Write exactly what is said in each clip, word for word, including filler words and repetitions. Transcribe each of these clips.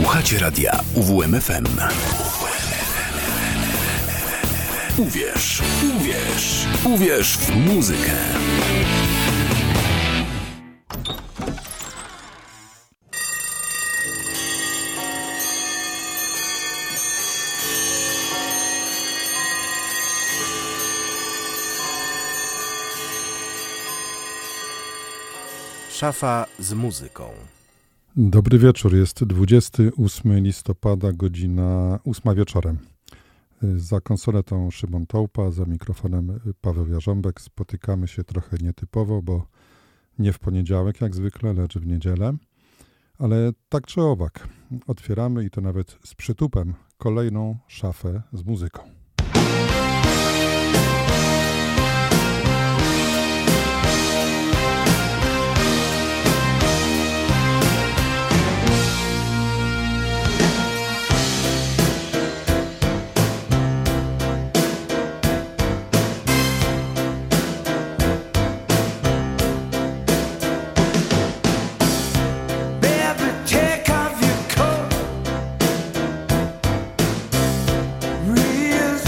Słuchacie radia U W M F M. Uwierz, uwierz, uwierz w muzykę. Szafa z muzyką. Dobry wieczór, jest dwudziestego ósmego listopada, godzina ósma wieczorem. Za konsoletą Szymon Tołpa, za mikrofonem Paweł Jarząbek. Spotykamy się trochę nietypowo, bo nie w poniedziałek jak zwykle, lecz w niedzielę. Ale tak czy owak, otwieramy i to nawet z przytupem kolejną szafę z muzyką. Real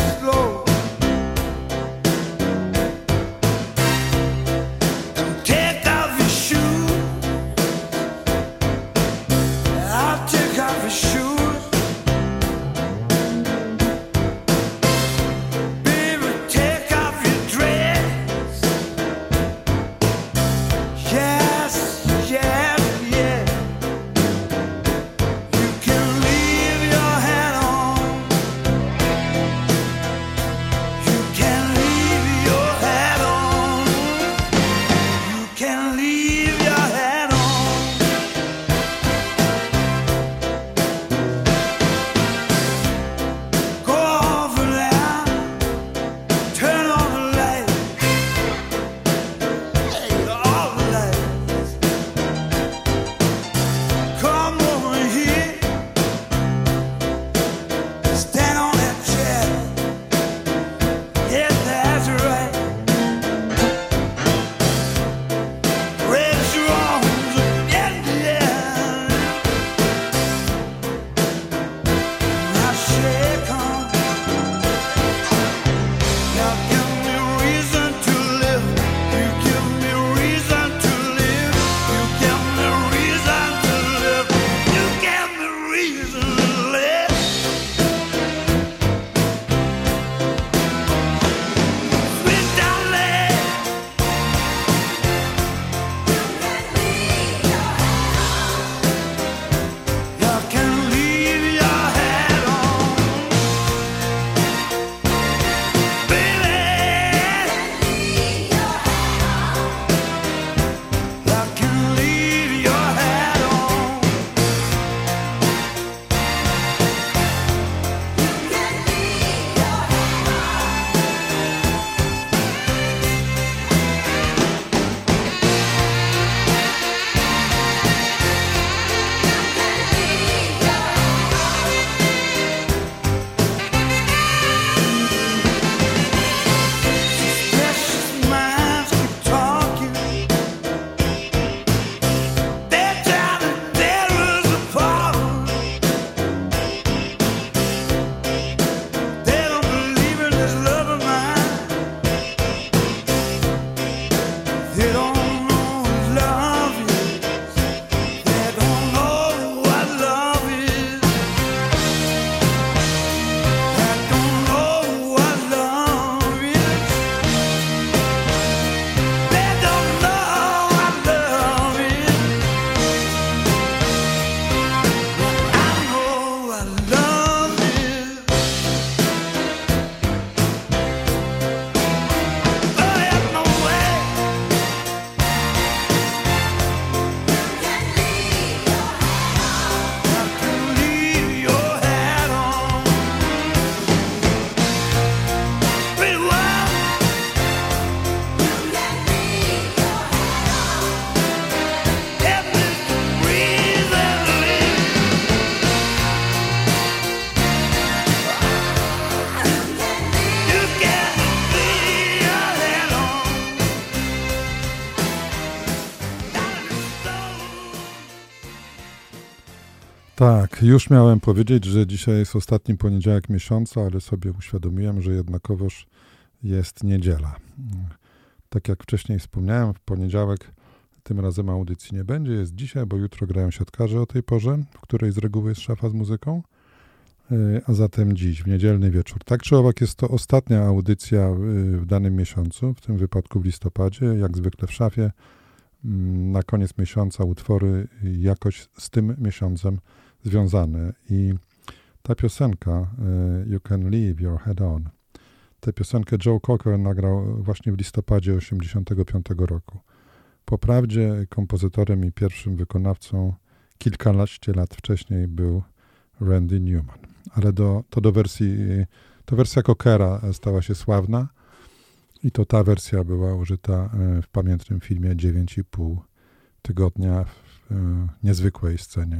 Tak, już miałem powiedzieć, że dzisiaj jest ostatni poniedziałek miesiąca, ale sobie uświadomiłem, że jednakowoż jest niedziela. Tak jak wcześniej wspomniałem, w poniedziałek tym razem audycji nie będzie, jest dzisiaj, bo jutro grają siatkarze o tej porze, w której z reguły jest szafa z muzyką, a zatem dziś, w niedzielny wieczór. Tak czy owak jest to ostatnia audycja w danym miesiącu, w tym wypadku w listopadzie, jak zwykle w szafie. Na koniec miesiąca utwory jakoś z tym miesiącem związane. I ta piosenka You Can Leave Your Head On, tę piosenkę Joe Cocker nagrał właśnie w listopadzie osiemdziesiątego piątego roku. Poprawdzie kompozytorem i pierwszym wykonawcą kilkanaście lat wcześniej był Randy Newman. Ale do, to do wersji, to wersja Cockera stała się sławna i to ta wersja była użyta w pamiętnym filmie dziewięć i pół tygodnia w niezwykłej scenie.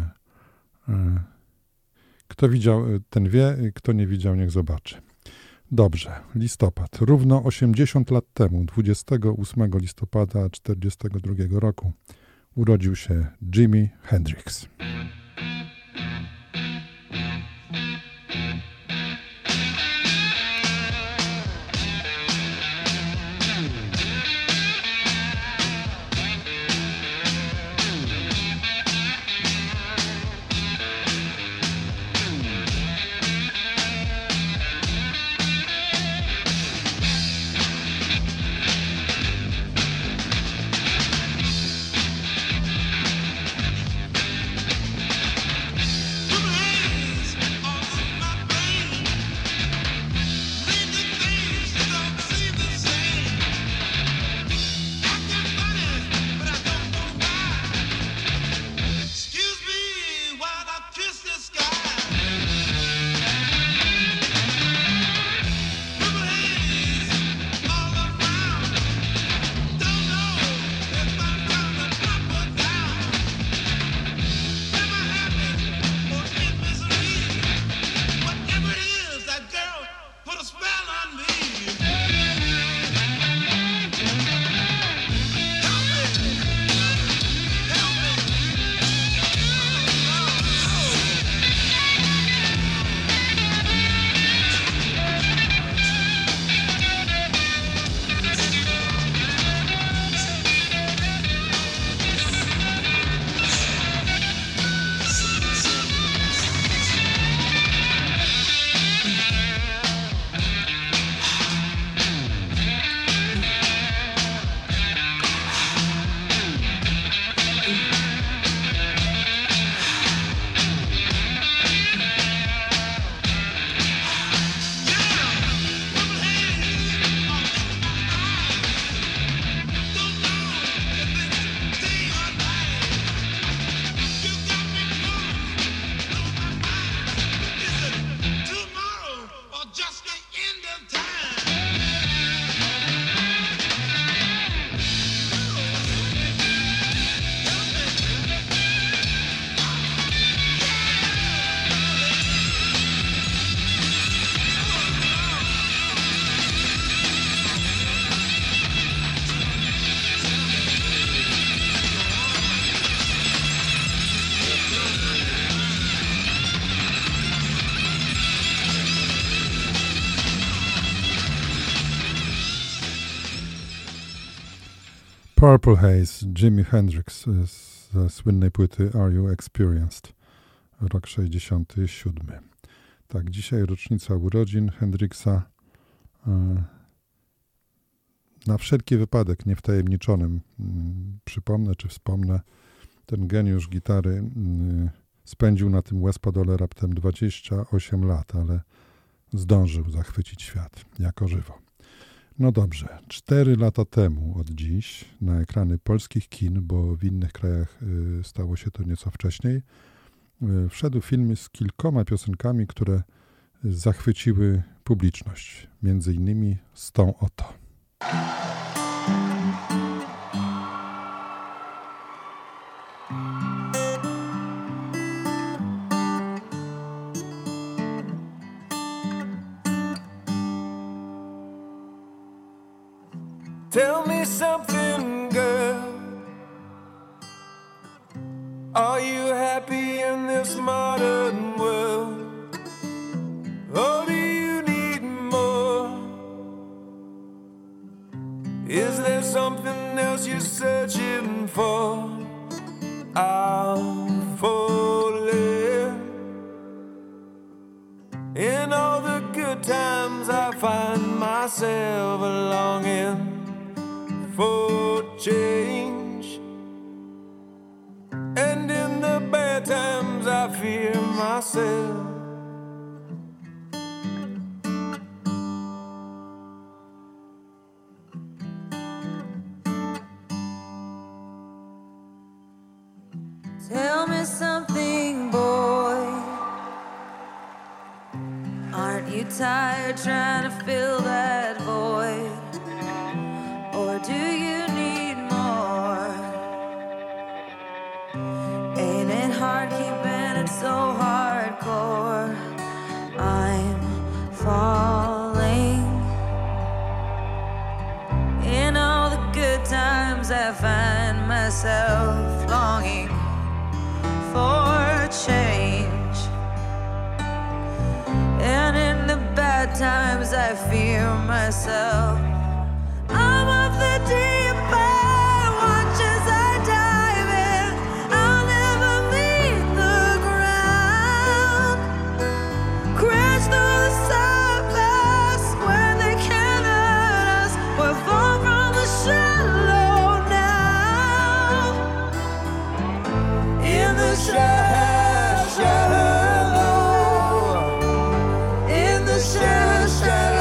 Kto widział, ten wie, kto nie widział, niech zobaczy. Dobrze, listopad. Równo osiemdziesiąt lat temu, dwudziestego ósmego listopada tysiąc dziewięćset czterdziestego drugiego roku, urodził się Jimi Hendrix. Purple Haze, Jimi Hendrix ze słynnej płyty Are You Experienced, rok sześćdziesiąty siódmy. Tak, dzisiaj rocznica urodzin Hendrixa. Na wszelki wypadek, niewtajemniczonym, przypomnę czy wspomnę, ten geniusz gitary spędził na tym łez Podole raptem dwadzieścia osiem lat, ale zdążył zachwycić świat jako żywo. No dobrze, cztery lata temu od dziś na ekrany polskich kin, bo w innych krajach stało się to nieco wcześniej, wszedł film z kilkoma piosenkami, które zachwyciły publiczność. Między innymi z tą oto. Tell me something, girl. Are you happy in this this modern world? Or do you need more? Is there something else you're searching for? I'm falling. In all the good times I find myself longing for change, and in the bad times I fear myself. Tell me something, boy. Aren't you tired trying to fill that void? Or do you need more? Ain't it hard keeping it so hardcore? I'm falling. In all the good times I find myself longing for change, and in the bad times I fear myself. I'm of the deep end, watch as I dive in. I'll never meet the ground. Crash through the surface where they can't hurt us. We're far from the shallow now. In the shallow, shallow, in the shallow, shallow.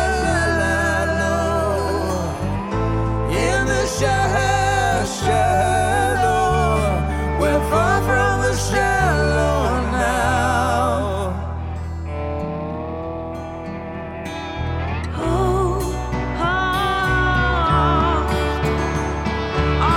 Shallow, we're far from the shallow now. Oh, oh, oh,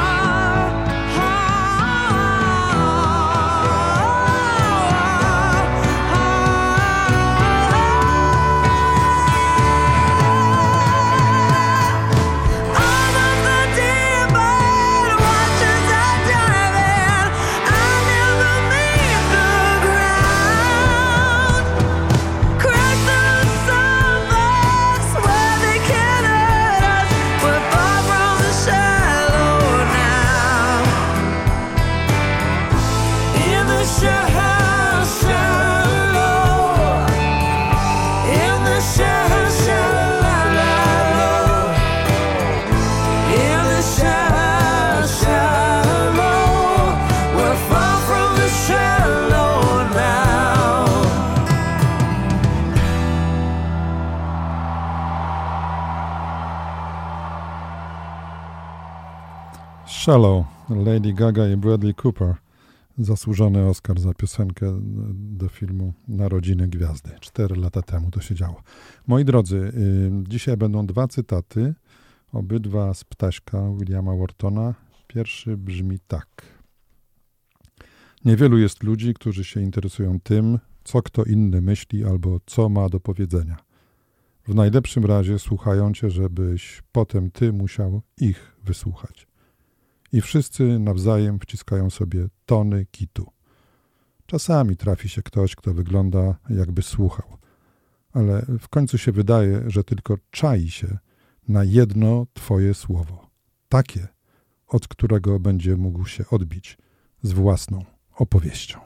Shallow, Lady Gaga i Bradley Cooper. Zasłużony Oscar za piosenkę do filmu Narodziny Gwiazdy. Cztery lata temu to się działo. Moi drodzy, y, dzisiaj będą dwa cytaty, obydwa z Ptaśka Williama Whartona. Pierwszy brzmi tak. Niewielu jest ludzi, którzy się interesują tym, co kto inny myśli albo co ma do powiedzenia. W najlepszym razie słuchają cię, żebyś potem ty musiał ich wysłuchać. I wszyscy nawzajem wciskają sobie tony kitu. Czasami trafi się ktoś, kto wygląda, jakby słuchał, ale w końcu się wydaje, że tylko czai się na jedno twoje słowo. Takie, od którego będzie mógł się odbić z własną opowieścią.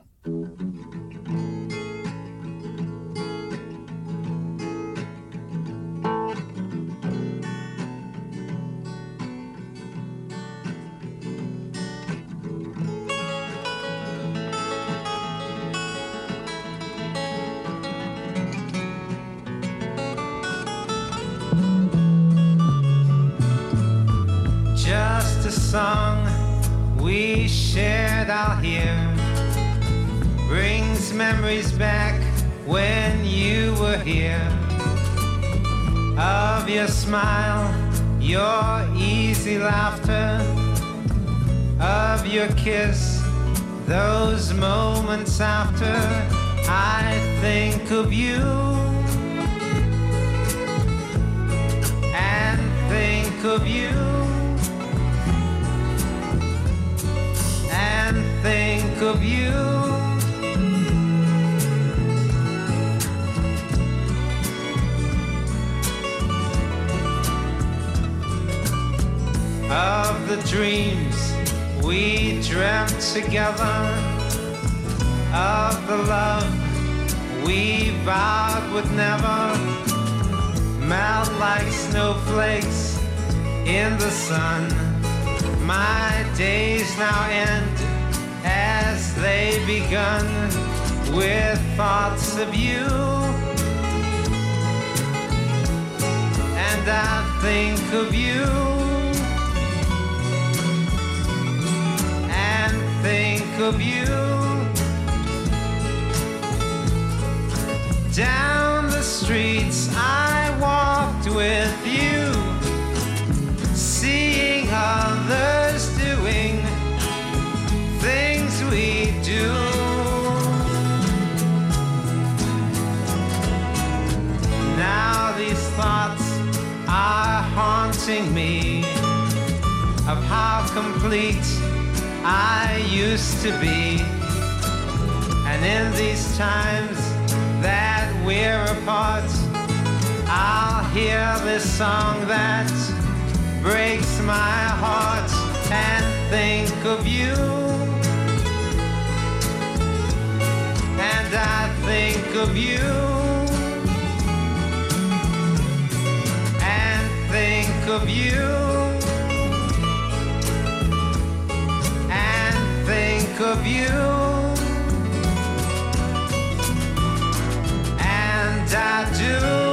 Just a song we shared out here brings memories back when you were here, of your smile, your easy laughter, of your kiss, those moments after. I think of you and think of you and think of you the dreams we dreamt together, of the love we vowed would never melt like snowflakes in the sun. My days now end as they begun, with thoughts of you. And I think of you, and think of you. Down the streets I walked with you, seeing others doing things we do. Now these thoughts are haunting me, of how complete I used to be. And in these times that we're apart, I'll hear this song that breaks my heart and think of you. And I think of you, and think of you, and think of you. And I do.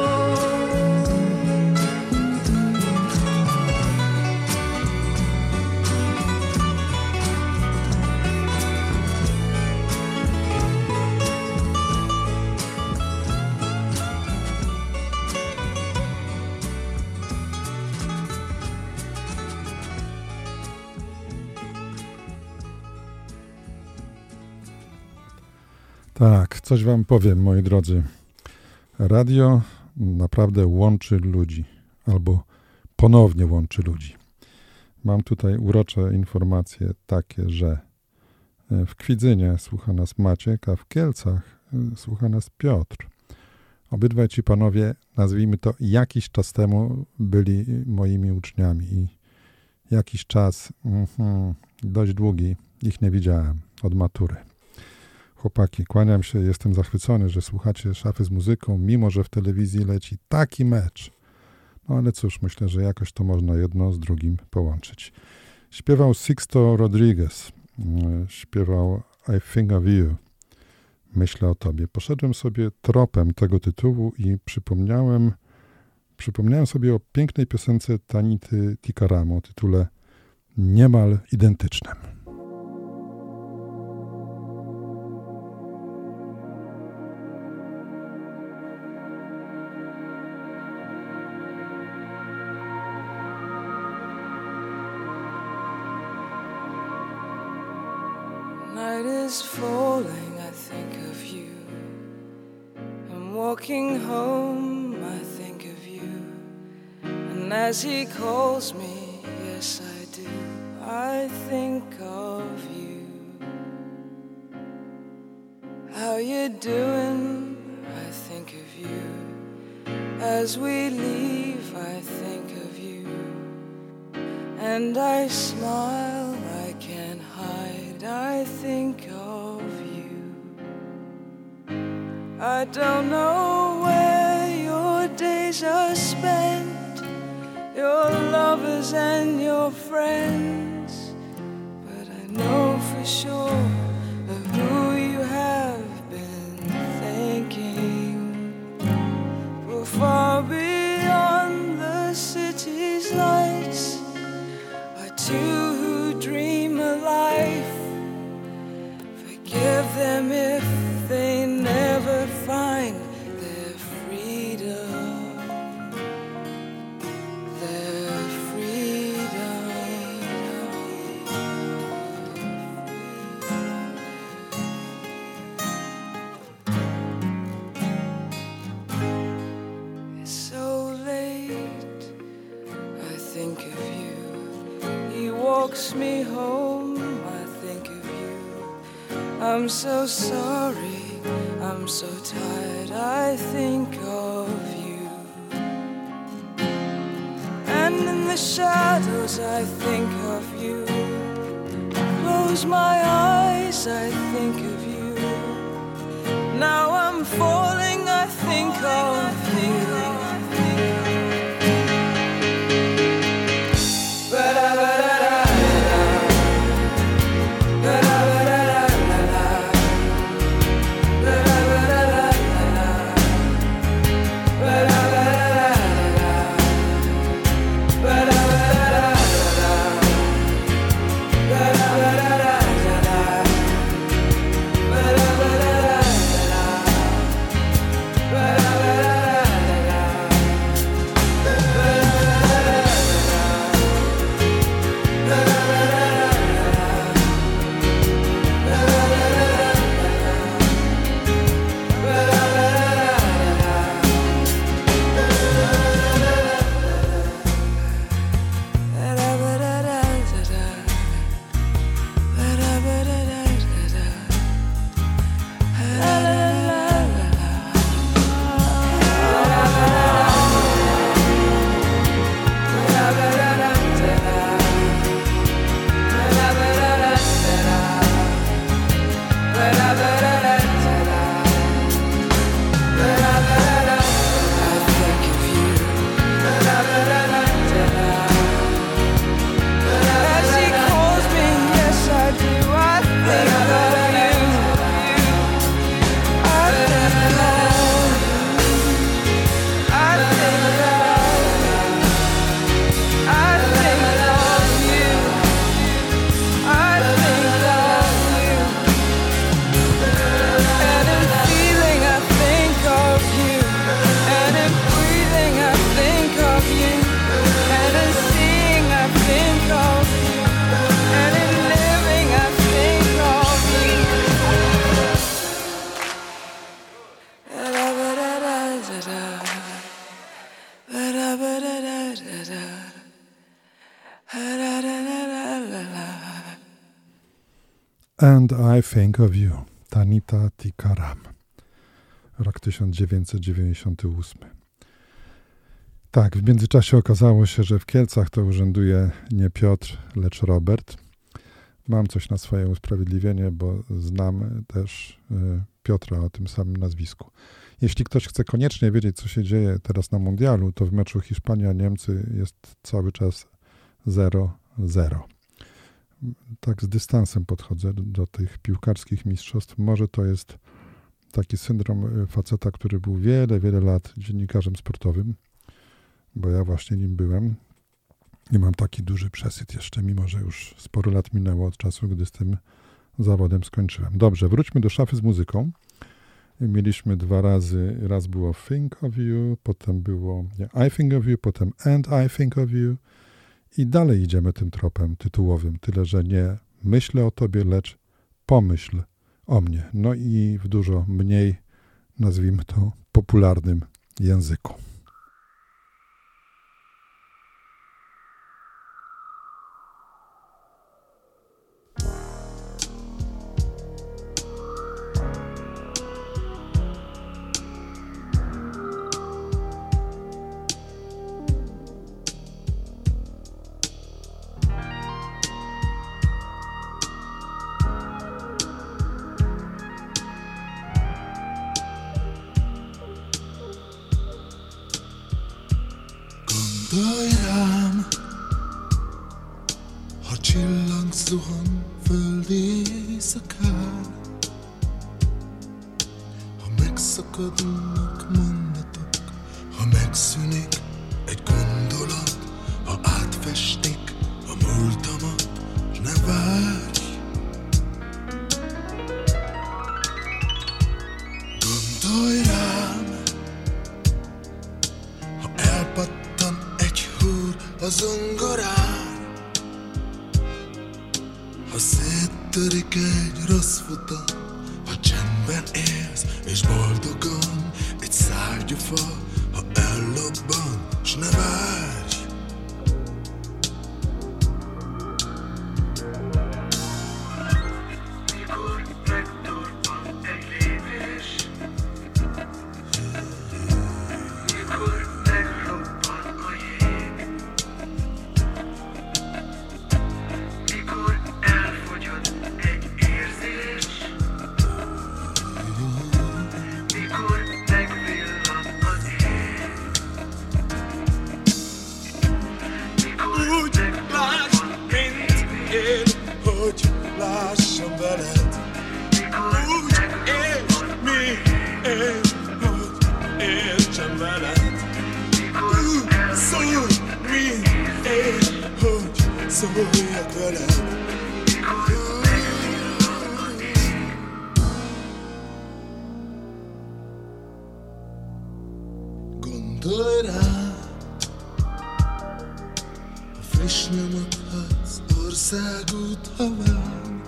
Tak, coś wam powiem, moi drodzy. Radio naprawdę łączy ludzi, albo ponownie łączy ludzi. Mam tutaj urocze informacje takie, że w Kwidzynie słucha nas Maciek, a w Kielcach słucha nas Piotr. Obydwaj ci panowie, nazwijmy to, jakiś czas temu byli moimi uczniami i jakiś czas, mm, dość długi, ich nie widziałem od matury. Chłopaki, kłaniam się, jestem zachwycony, że słuchacie Szafy z muzyką, mimo że w telewizji leci taki mecz. No ale cóż, myślę, że jakoś to można jedno z drugim połączyć. Śpiewał Sixto Rodriguez, śpiewał I Think of You, myślę o tobie. Poszedłem sobie tropem tego tytułu i przypomniałem, przypomniałem sobie o pięknej piosence Tanity Tikaram o tytule niemal identycznym. Night is falling, I think of you. I'm walking home, I think of you. And as he calls me, yes I do, I think of you. How you doing? I think of you. As we leave, I think of you. And I smile, I can't hide, I think of you. I don't know where your days are spent, your lovers and your friends, but I know for sure of who you have been thinking. For far beyond the city's lights are two who dream a life. Forgive them if they never find their freedom, their freedom. It's so late, I think of you. He walks me home, I think of you. I'm so sorry, I'm so tired, I think of you. And in the shadows, I think of you. Close my eyes, I think of you. Now I'm falling, I think of you. And I Think of You, Tanita Tikaram, rok tysiąc dziewięćset dziewięćdziesiąty ósmy. Tak, w międzyczasie okazało się, że w Kielcach to urzęduje nie Piotr, lecz Robert. Mam coś na swoje usprawiedliwienie, bo znam też y, Piotra o tym samym nazwisku. Jeśli ktoś chce koniecznie wiedzieć, co się dzieje teraz na mundialu, to w meczu Hiszpania-Niemcy jest cały czas zero zero. Tak z dystansem podchodzę do, do tych piłkarskich mistrzostw. Może to jest taki syndrom faceta, który był wiele, wiele lat dziennikarzem sportowym, bo ja właśnie nim byłem i mam taki duży przesyt jeszcze, mimo że już sporo lat minęło od czasu, gdy z tym zawodem skończyłem. Dobrze, wróćmy do szafy z muzyką. Mieliśmy dwa razy, raz było Think of You, potem było nie, I Think of You, potem And I Think of You i dalej idziemy tym tropem tytułowym, tyle że nie myślę o tobie, lecz pomyśl o mnie. No i w dużo mniej, nazwijmy to, popularnym języku. Gondolj rám, ha csillag zuhan földi éjszakán, ha megszakadnak mondatok, ha megszűnik egy gondolat, ha átfestik a múltamat, s ne várj. Gondolj rám, ha elpattan egy húr a zongorán, ha széttörik egy rossz futam, ha csendben élsz és boldogan, egy szárgyafa, ha ellobban, s ne várj. Mikor megtorpan egy lépés, mikor megrobban a jég, szóljak veled. Gondolj rá, a friss nyomodhatsz országút haván,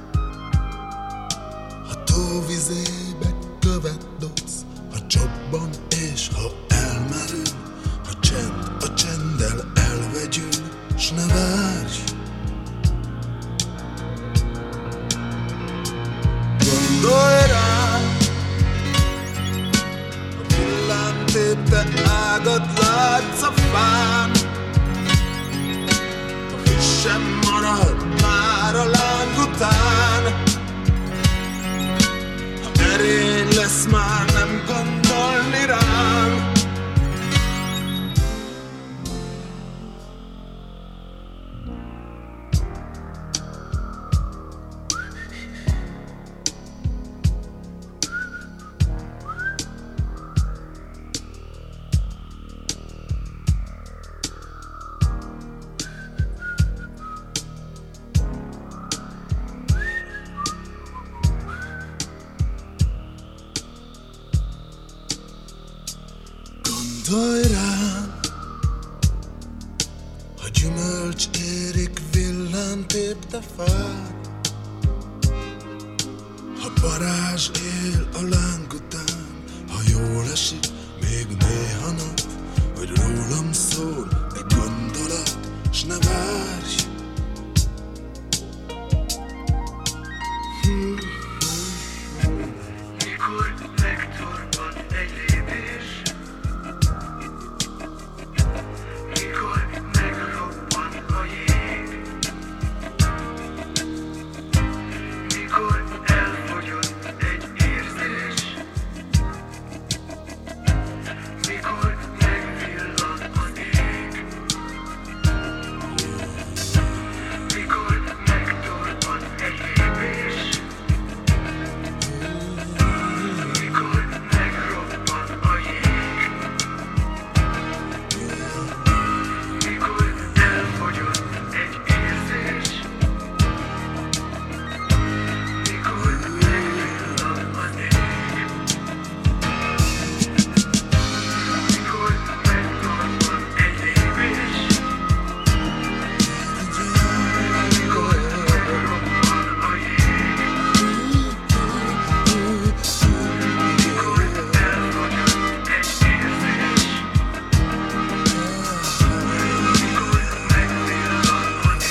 ha tóvizébe követ dobsz, ha csobban és ha elmerül, ha csend a csenddel elvegyül, s ne várj. Gondolj rá, a villámtépte ágat látsz a fán, a frissen marad már a láng után, ha erény lesz már nem gondolni rám. Gondolj rám, ha gyümölcs érik villámtépte fán, ha varázs él a láng után, ha jól esik még néha nap, hogy rólam szól egy gondolat, s ne várj. Hmm. Mikor megtorpan egy lépés, mikor megroppan a jég, mikor elfogyott egy érzés, mikor megvillan az ég, mikor megtorpan egy lépés, mikor megroppan a jég, mikor elfogyott egy érzés, mikor megvillan az ég, mikor megtorpan egy lépés, mikor megroppan a jég, mikor elfogyott egy érzés, mikor megvillan az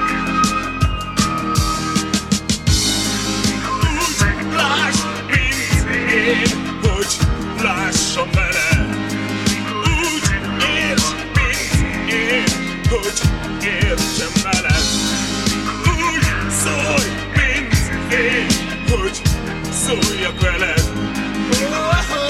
ég, mikor Lásd, mint én, hogy lássam veled. Úgy érts, mint én, hogy értsem veled. Úgy szólj, mint én, hogy szóljak veled. Oh-oh-oh.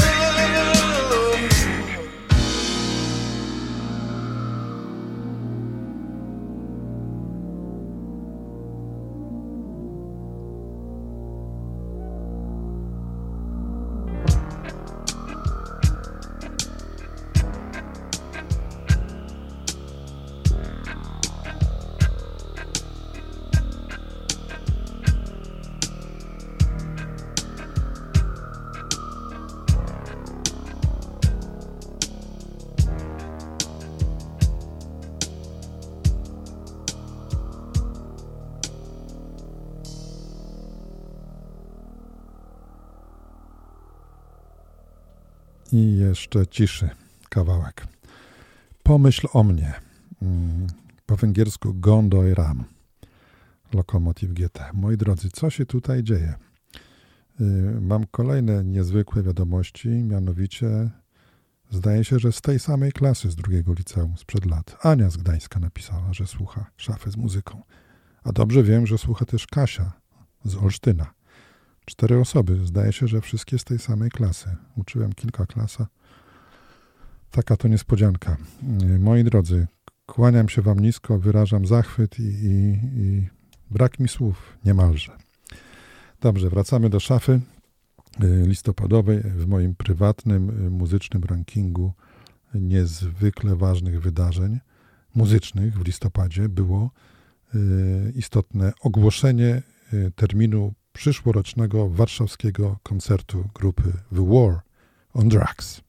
I jeszcze ciszy kawałek. Pomyśl o mnie. Po węgiersku Gondolj rám. Lokomotiv G T. Moi drodzy, co się tutaj dzieje? Mam kolejne niezwykłe wiadomości, mianowicie zdaje się, że z tej samej klasy z drugiego liceum sprzed lat. Ania z Gdańska napisała, że słucha Szafy z muzyką. A dobrze wiem, że słucha też Kasia z Olsztyna. Cztery osoby. Zdaje się, że wszystkie z tej samej klasy. Uczyłem kilka klas. Taka to niespodzianka. Moi drodzy, kłaniam się wam nisko, wyrażam zachwyt i, i, i brak mi słów niemalże. Dobrze, wracamy do szafy listopadowej. W moim prywatnym muzycznym rankingu niezwykle ważnych wydarzeń muzycznych w listopadzie było istotne ogłoszenie terminu przyszłorocznego warszawskiego koncertu grupy The War on Drugs.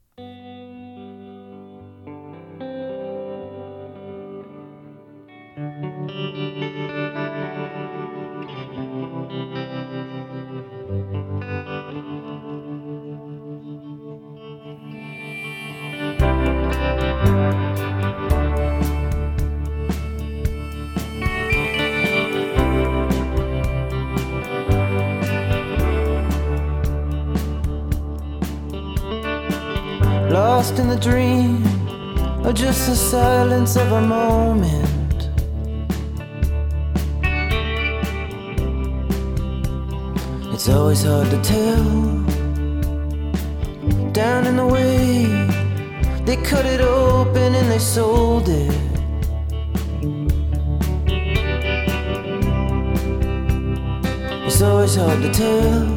Lost in the dream, or just the silence of a moment. It's always hard to tell. Down in the way, they cut it open and they sold it. It's always hard to tell.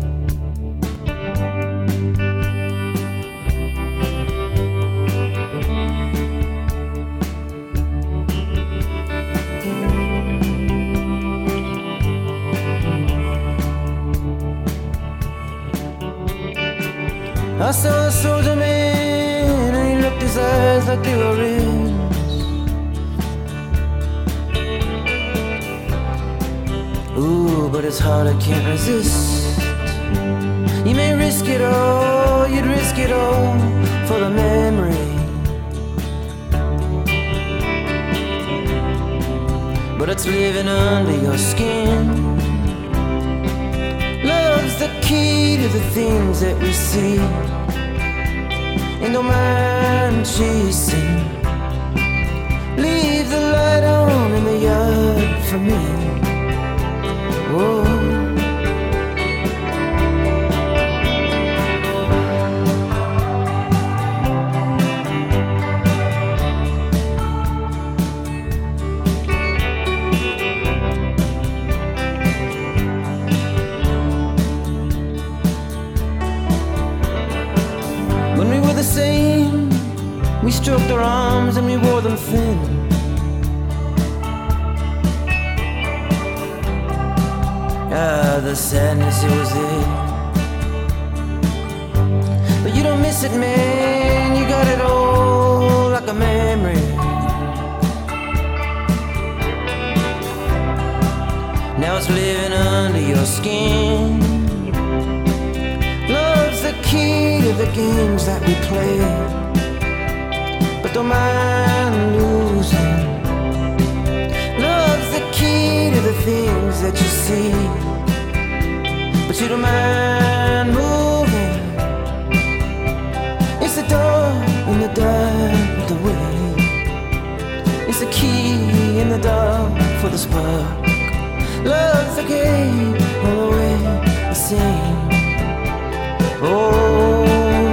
I saw a soldier man and he looked his eyes like they were rings. Ooh, but it's hard, I can't resist. You may risk it all, you'd risk it all for the memory. But it's living under your skin. Love's the key to the things that we see. And don't mind chasing. Leave the light on in the yard for me. Whoa. Same. We stroked our arms and we wore them thin. Ah, the sadness, it was there. But you don't miss it, man. You got it all like a memory. Now it's living under your skin. The key to the games that we play, but don't mind losing. Love's the key to the things that you see, but you don't mind moving. It's the door in the dark of the way. It's the key in the dark for the spark. Love's the game all the way the same. Oh, oh,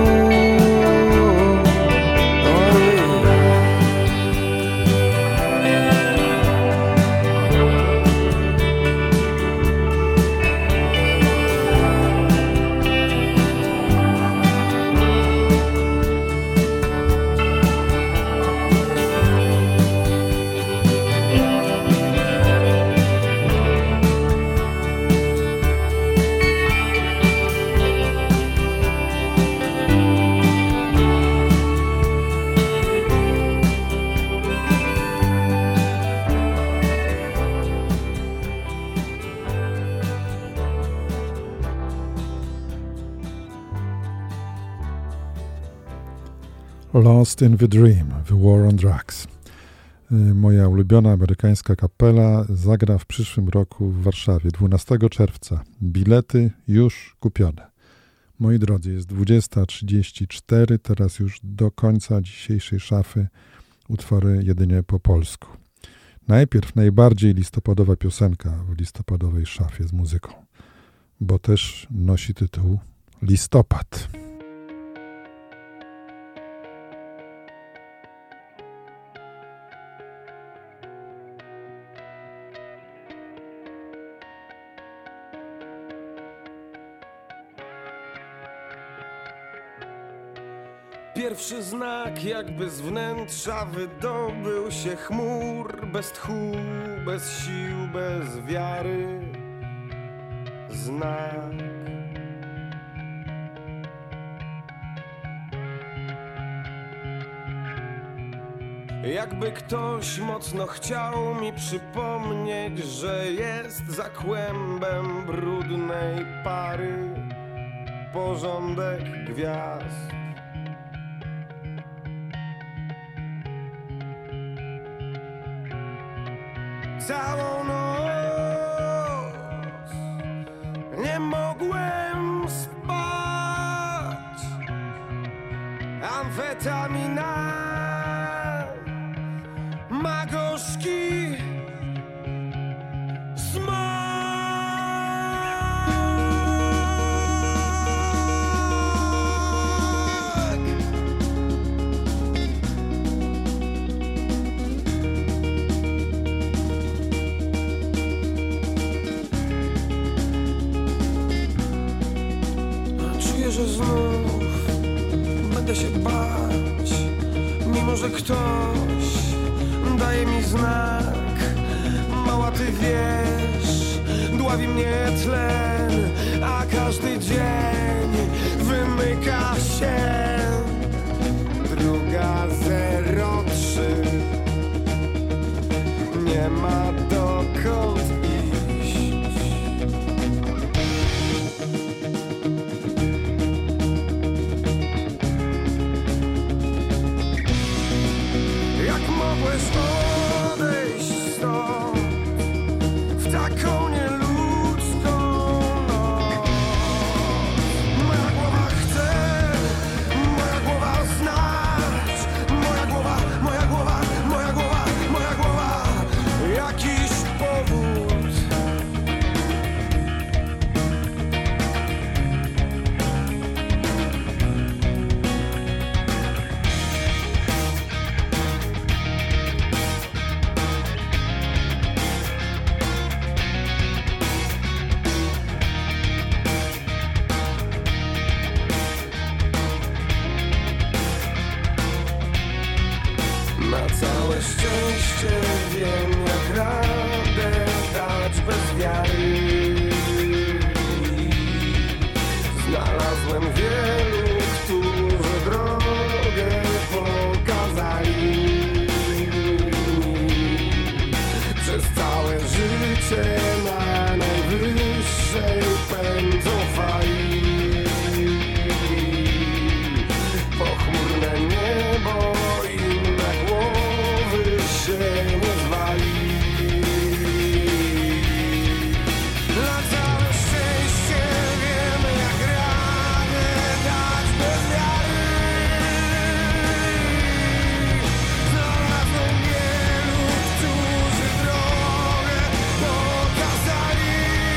Lost in the Dream, The War on Drugs. Moja ulubiona amerykańska kapela zagra w przyszłym roku w Warszawie, dwunastego czerwca. Bilety już kupione. Moi drodzy, jest dwudziesta trzydzieści cztery, teraz już do końca dzisiejszej szafy utwory jedynie po polsku. Najpierw najbardziej listopadowa piosenka w listopadowej szafie z muzyką, bo też nosi tytuł Listopad. Pierwszy znak jakby z wnętrza wydobył się chmur. Bez tchu, bez sił, bez wiary. Znak. Jakby ktoś mocno chciał mi przypomnieć, że jest za kłębem brudnej pary porządek gwiazd. Całą noc nie mogłem spać. Amfetamina ma gorzki smak. Czuję, że znów będę się bać, mimo że ktoś daje mi znak. Mała, ty wiesz, dławi mnie tlen, a każdy dzień wymyka się. Druga zero trzy, nie ma dokąd iść. Jak mogłeś odejść stąd w taką nieludzką noc? Moja głowa chce, moja głowa znać. Moja głowa, moja głowa, moja głowa, moja głowa. Jakiś powód. Na całe szczęście wiem, jak radę dać bez wiary. Znalazłem wielu, którzy drogę pokazali. Przez całe życie na najwyższej pędzą fali. Pochmurne niebo im na głowy się nie zwali. Na całe szczęście wiem, jak radę dać bez wiary. Znalazłem wielu, którzy drogę pokazali.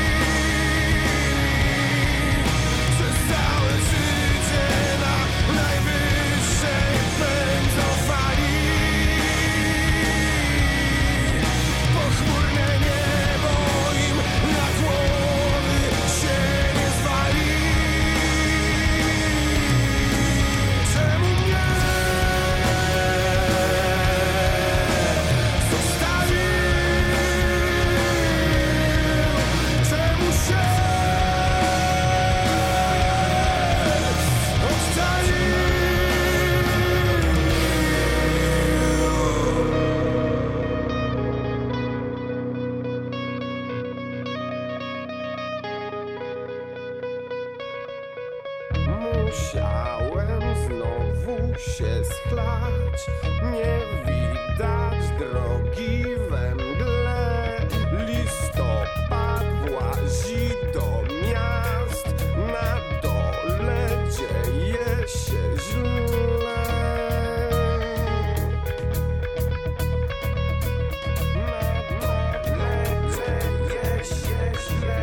Przez całe życie na najwyższej pędzą fali. Pochmurne niebo im na głowy się nie zwali. Czemu mnie zostawił? Czemu się oddalił? Musiałem znowu się schlać. Nie widać drogi we mgle. Listopad włazi do miast. Na dole dzieje się źle. Na dole dzieje się źle.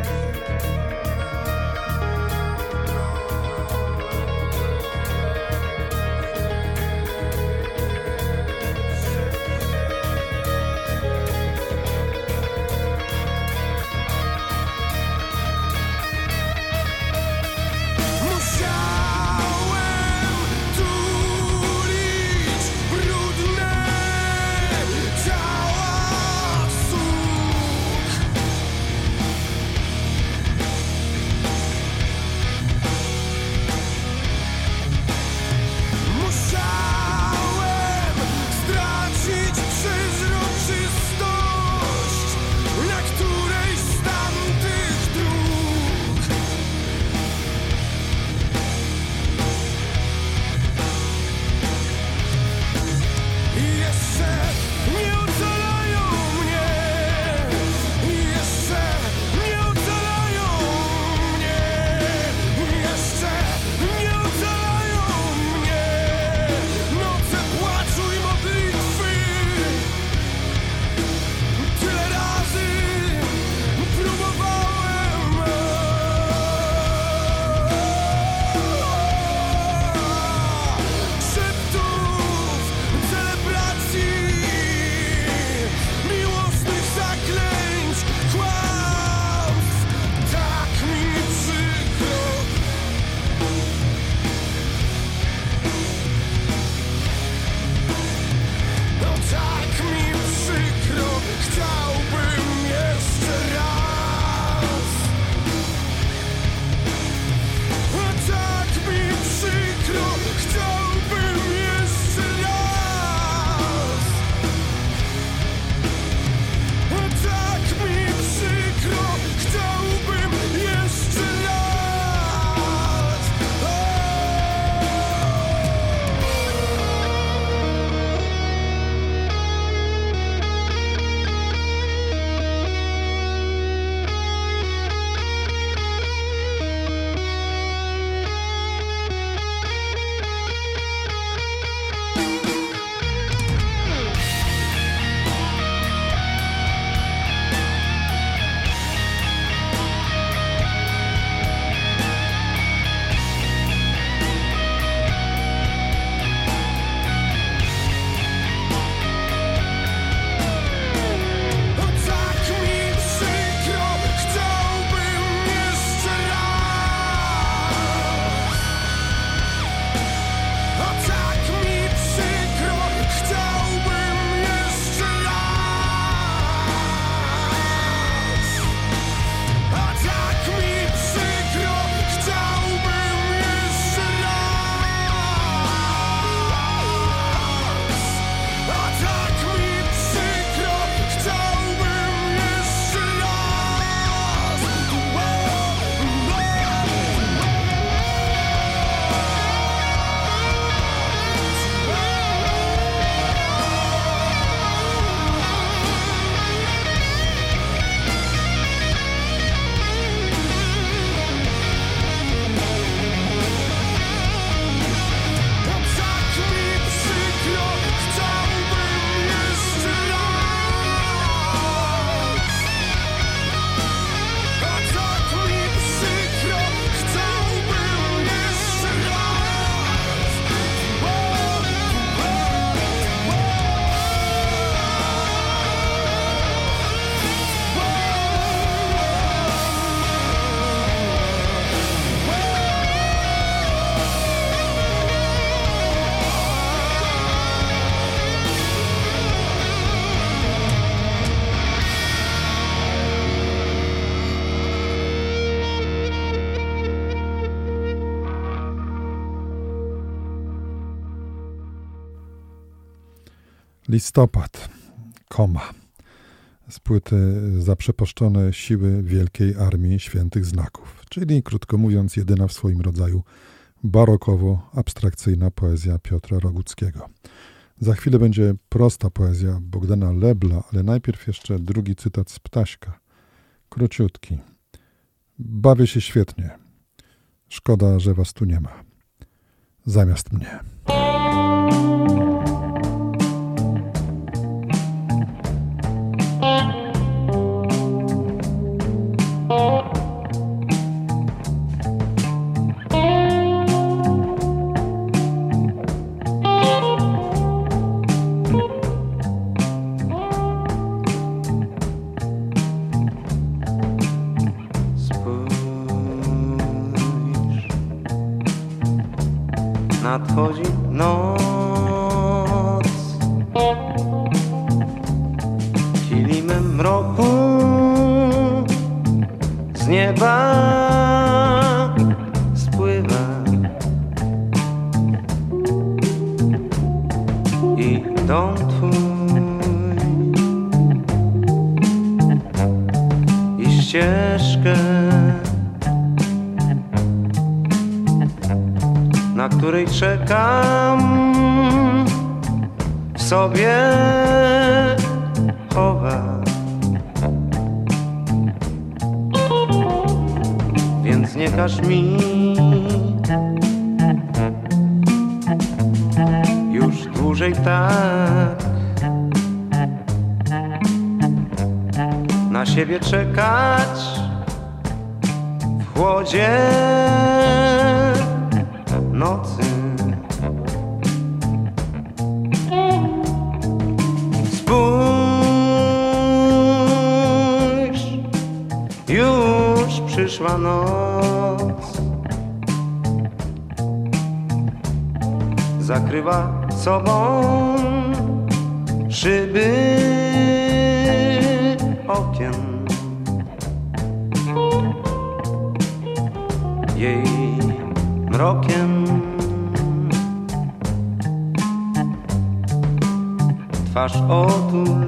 Listopad, koma. Z płyty Zaprzeposzczone siły Wielkiej Armii Świętych Znaków, czyli krótko mówiąc jedyna w swoim rodzaju barokowo-abstrakcyjna poezja Piotra Roguckiego. Za chwilę będzie prosta poezja Bogdana Lebla, ale najpierw jeszcze drugi cytat z Ptaśka. Króciutki. Bawię się świetnie. Szkoda, że was tu nie ma. Zamiast mnie. Nadchodzi noc, kilimem mroku z nieba spływa i dom twój i ścieżkę, na której czekam, w sobie chowa. Więc nie każ mi już dłużej tak na siebie czekać w chłodzie nocy. Spójrz, już przyszła noc, zakrywa sobą szyby okien. Jej mrokiem twarz otul,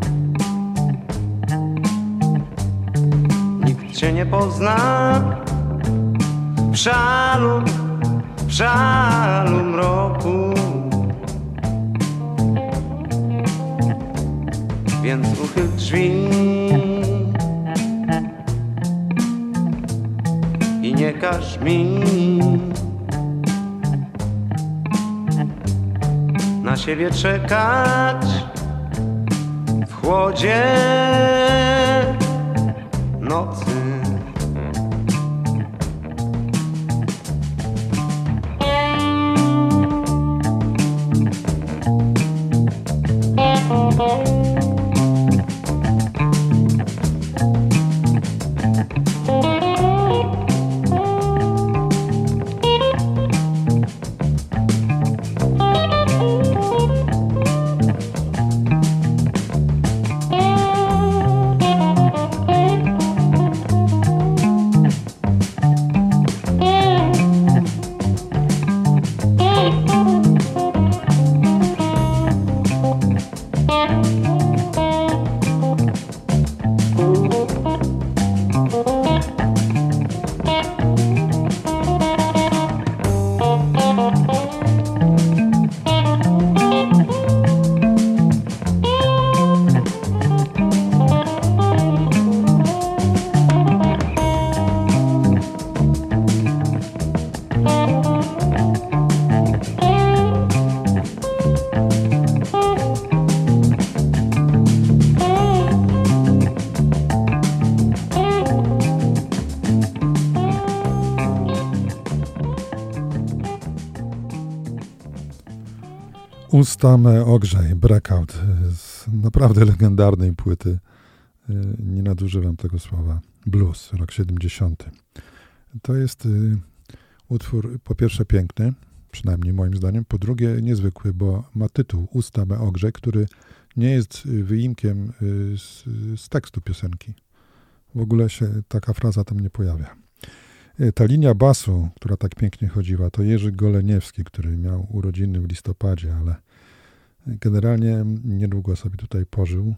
nikt cię nie pozna w szalu, w szalu mroku. Więc uchyl drzwi i nie każ mi na siebie czekać w chłodzie nocy. Usta me ogrzej, Breakout z naprawdę legendarnej płyty, nie nadużywam tego słowa, Blues, rok siedemdziesiąty. To jest utwór po pierwsze piękny, przynajmniej moim zdaniem, po drugie niezwykły, bo ma tytuł Usta me ogrzej, który nie jest wyimkiem z, z tekstu piosenki. W ogóle się taka fraza tam nie pojawia. Ta linia basu, która tak pięknie chodziła, to Jerzy Goleniewski, który miał urodziny w listopadzie, ale Generalnie niedługo sobie tutaj pożył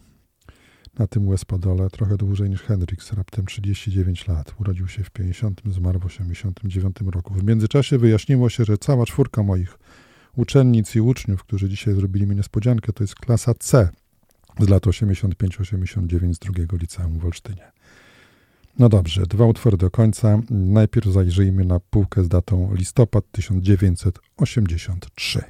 na tym Westpadole, trochę dłużej niż Hendrix, raptem trzydzieści dziewięć lat. Urodził się w pięćdziesiątym, zmarł w osiemdziesiątym dziewiątym roku. W międzyczasie wyjaśniło się, że cała czwórka moich uczennic i uczniów, którzy dzisiaj zrobili mi niespodziankę, to jest klasa C z lat osiemdziesiąt pięć osiemdziesiąt dziewięć z drugiego liceum w Olsztynie. No dobrze, dwa utwory do końca. Najpierw zajrzyjmy na półkę z datą listopad tysiąc dziewięćset osiemdziesiąt trzy.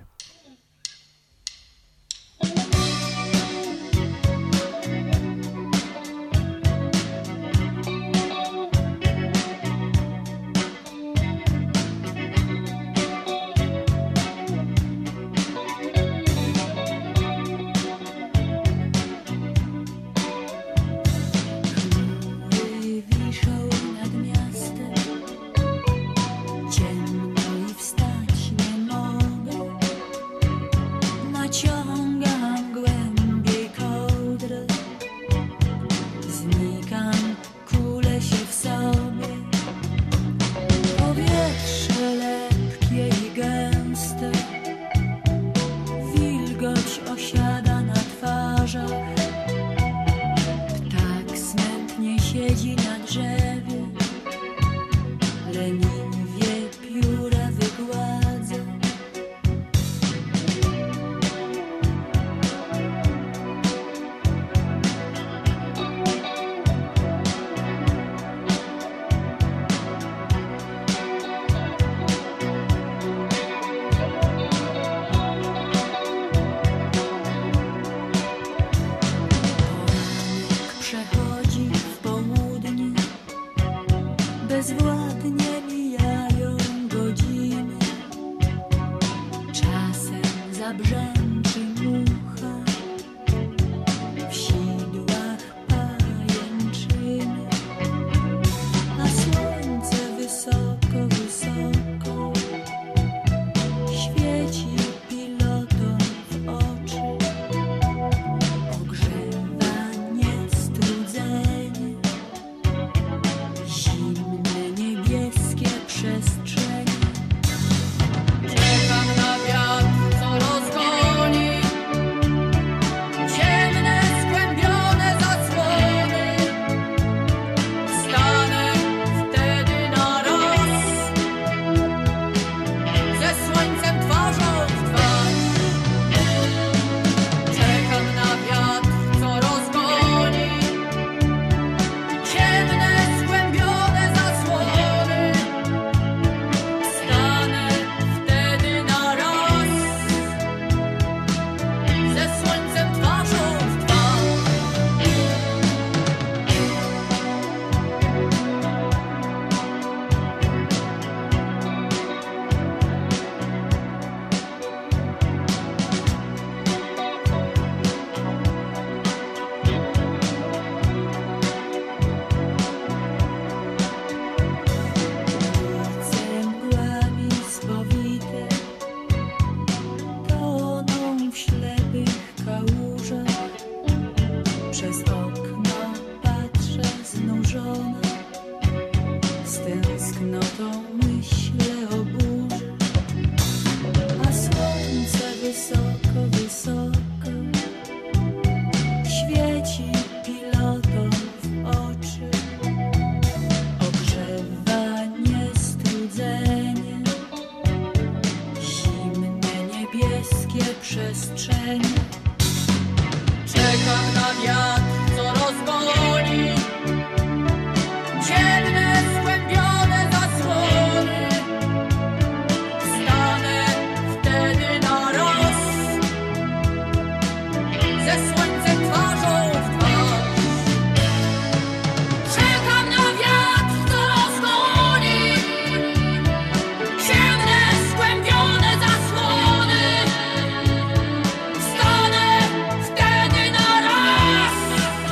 Stanę wtedy na raz.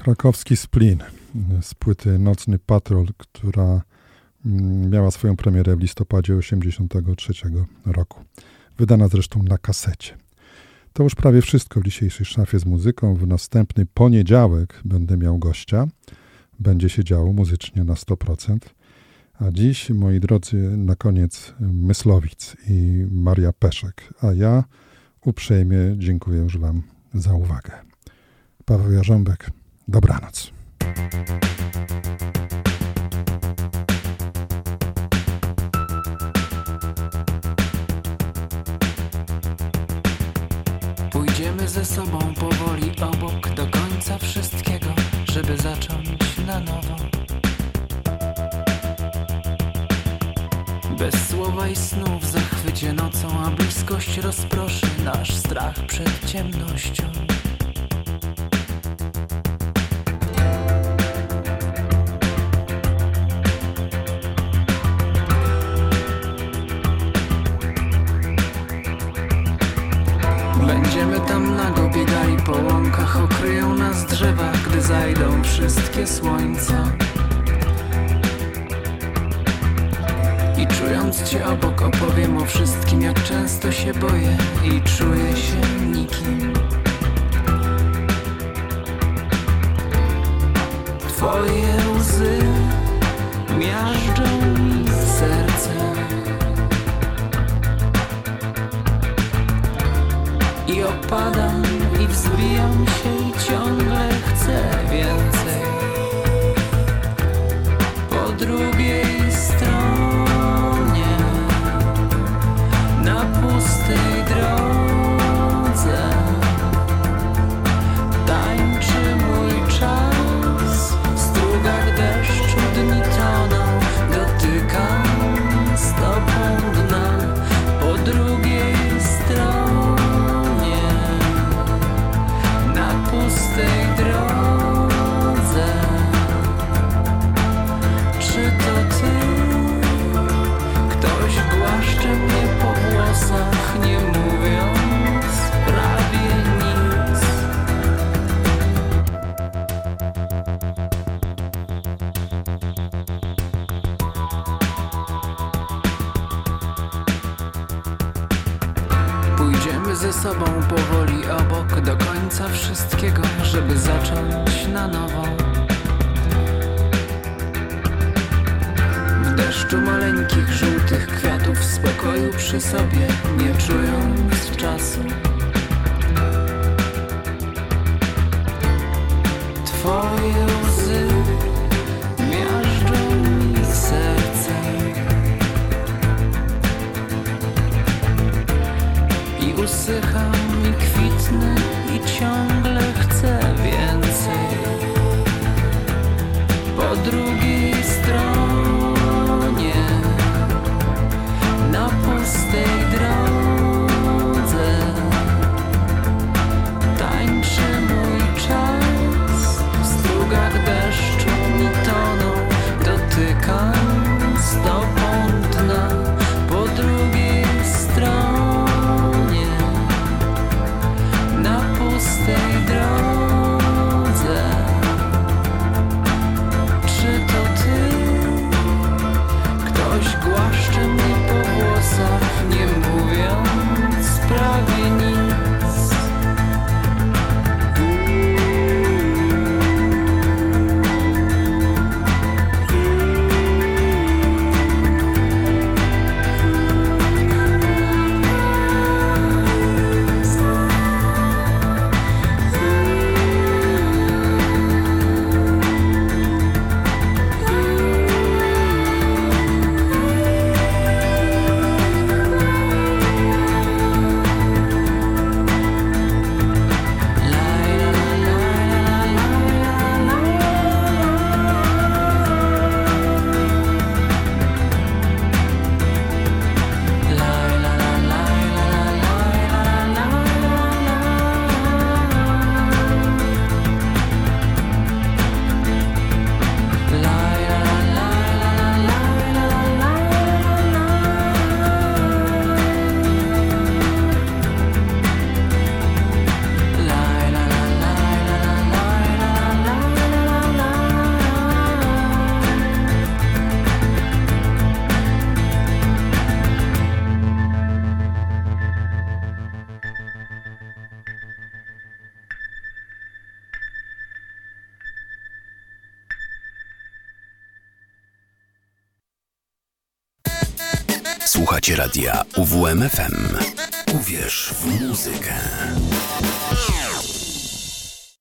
Krakowski Splin z płyty Nocny Patrol, która miała swoją premierę w listopadzie osiemdziesiątego trzeciego roku. Wydana zresztą na kasecie. To już prawie wszystko w dzisiejszej szafie z muzyką. W następny poniedziałek będę miał gościa. Będzie się działo muzycznie na sto procent. A dziś, moi drodzy, na koniec Myslowic i Maria Peszek. A ja uprzejmie dziękuję już Wam za uwagę. Paweł Jarząbek, dobranoc. Pójdziemy ze sobą powoli obok do końca wszystkiego, żeby zacząć na nowo. Bez słowa i snu w zachwycie nocą, a bliskość rozproszy nasz strach przed ciemnością. Będziemy tam nago biegali po łąkach, okryją nas drzewa, gdy zajdą wszystkie słońca. I czując Cię obok opowiem o wszystkim, jak często się boję i czuję się nikim. Twoje łzy miażdżą mi serce i opadam i wzbijam się i ciągle chcę więcej. Po drugiej stronie, na pustej drodze, tańczy mój czas. W strugach deszczu dni toną, dotykam stopą dna. Po drugiej stronie, na pustej drodze. Czy to Ty? Ktoś głaszcze mnie po włosach, nie mówiąc prawie nic. Pójdziemy ze sobą powoli obok do końca wszystkiego, żeby zacząć na nowo. W deszczu maleńkich, żółtych kwiatów, w spokoju przy sobie, nie czując czasu. Twoje łzy miażdżą mi serce i usycham i kwitnę i ciągle chcę więcej. Po drugiej stronie, na pustej drodze, tańczy mój czas. W strugach deszczu mi toną, dotykam stopą dna. Po drugiej stronie, na pustej drodze. Czy to Ty? Słuchacie radia U W M F M. Uwierz w muzykę.